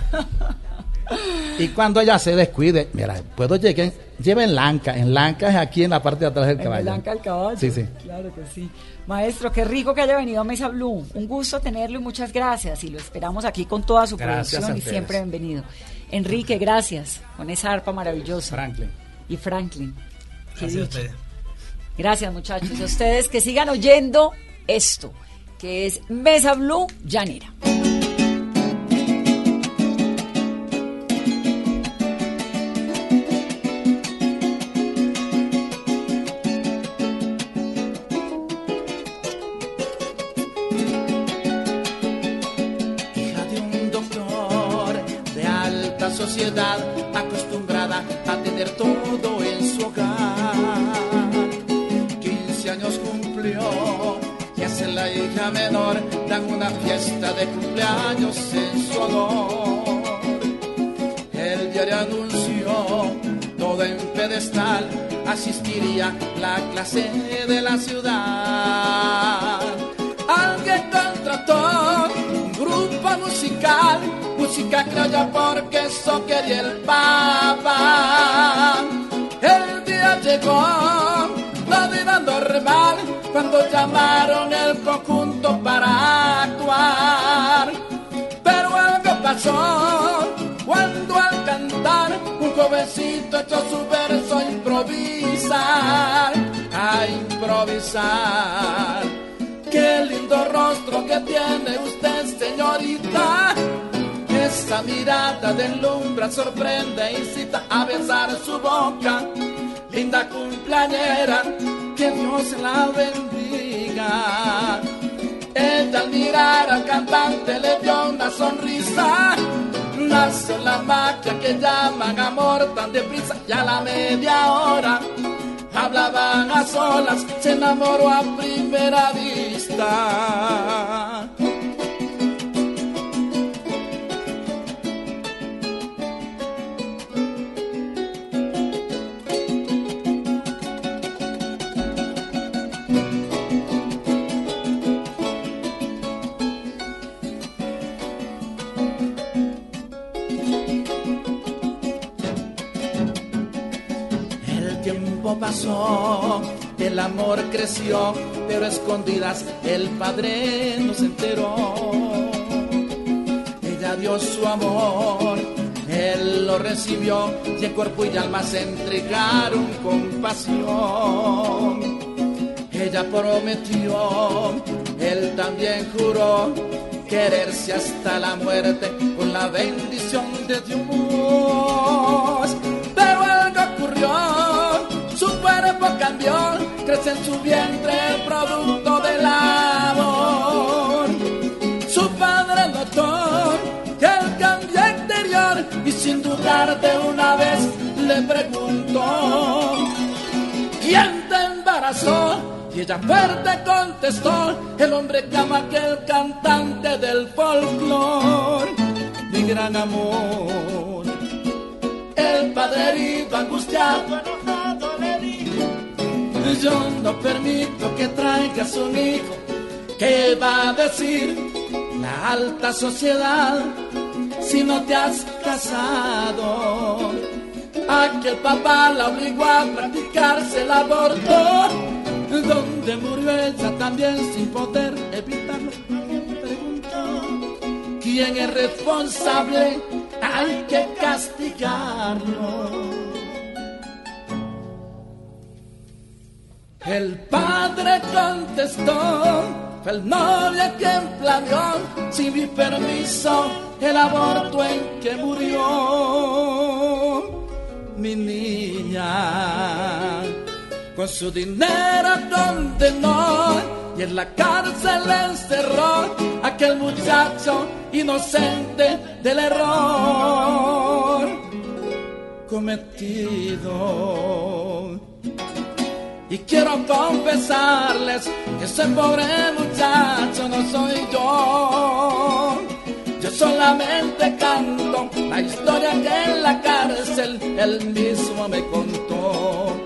Y cuando ella se descuide, mira, puedo llegar, lleva en Lanca, en Lanca es aquí en la parte de atrás del En caballo. Blanca del Caballo. Sí, sí. Claro que sí. Maestro, qué rico que haya venido a Mesa Blue. Un gusto tenerlo y muchas gracias. Y lo esperamos aquí con toda su Gracias producción a y ustedes. siempre bienvenido. Enrique, gracias. Con esa arpa maravillosa. Franklin. Y Franklin. Qué Gracias a dicha. ustedes. Gracias, muchachos. Y a ustedes que sigan oyendo esto, que es Mesa Blue Llanera. Hija de un doctor de alta sociedad, acostumbrada a tener todo en su hogar. quince años cumplió, y es la hija menor, dan una fiesta de cumpleaños en su honor. El diario anunció, todo en pedestal, asistiría la clase de la ciudad. Alguien contrató un grupo musical, música criolla porque eso quería el Papa. El día llegó, todo iba normal, cuando llamaron el conjunto para actuar. Pero algo pasó, cuando al cantar un jovencito echó su verso a improvisar, a improvisar. Qué lindo rostro que tiene usted, señorita. Esa mirada deslumbra, sorprende, incita a besar su boca. Linda cumpleañera, que Dios la bendiga. Ella al mirar al cantante le dio una sonrisa. Nació la magia que llaman amor tan deprisa. Y a la media hora hablaban a solas, se enamoró a primera vista. Pasó, el amor creció, pero a escondidas el padre no se enteró. Ella dio su amor, él lo recibió, y el cuerpo y alma se entregaron con pasión. Ella prometió, él también juró, quererse hasta la muerte con la bendición de Dios. Pero algo ocurrió, su cuerpo cambió, crece en su vientre el producto del amor. Su padre notó que el cambio exterior y sin dudar de una vez le preguntó: ¿quién te embarazó? Y ella fuerte contestó: el hombre que ama aquel cantante del folclor, mi gran amor. El padre herido, angustiado, enojado, le dijo: yo no permito que traigas un hijo. ¿Qué va a decir la alta sociedad si no te has casado? Aquel papá la obligó a practicarse el aborto, donde murió ella también sin poder evitarlo. Preguntó: ¿quién es responsable? Hay que castigarlo. El padre contestó: fue el novio quien planeó sin mi permiso el aborto en que murió mi niña. Con su dinero condenó y en la cárcel encerró a aquel muchacho inocente del error cometido. Y quiero confesarles que ese pobre muchacho no soy yo. Yo solamente canto la historia que en la cárcel él mismo me contó.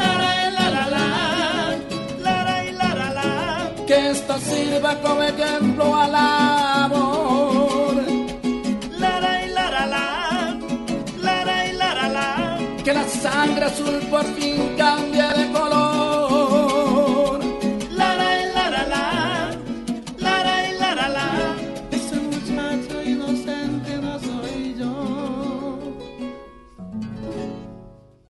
Que esto sirva como ejemplo al amor. Que la sangre azul por fin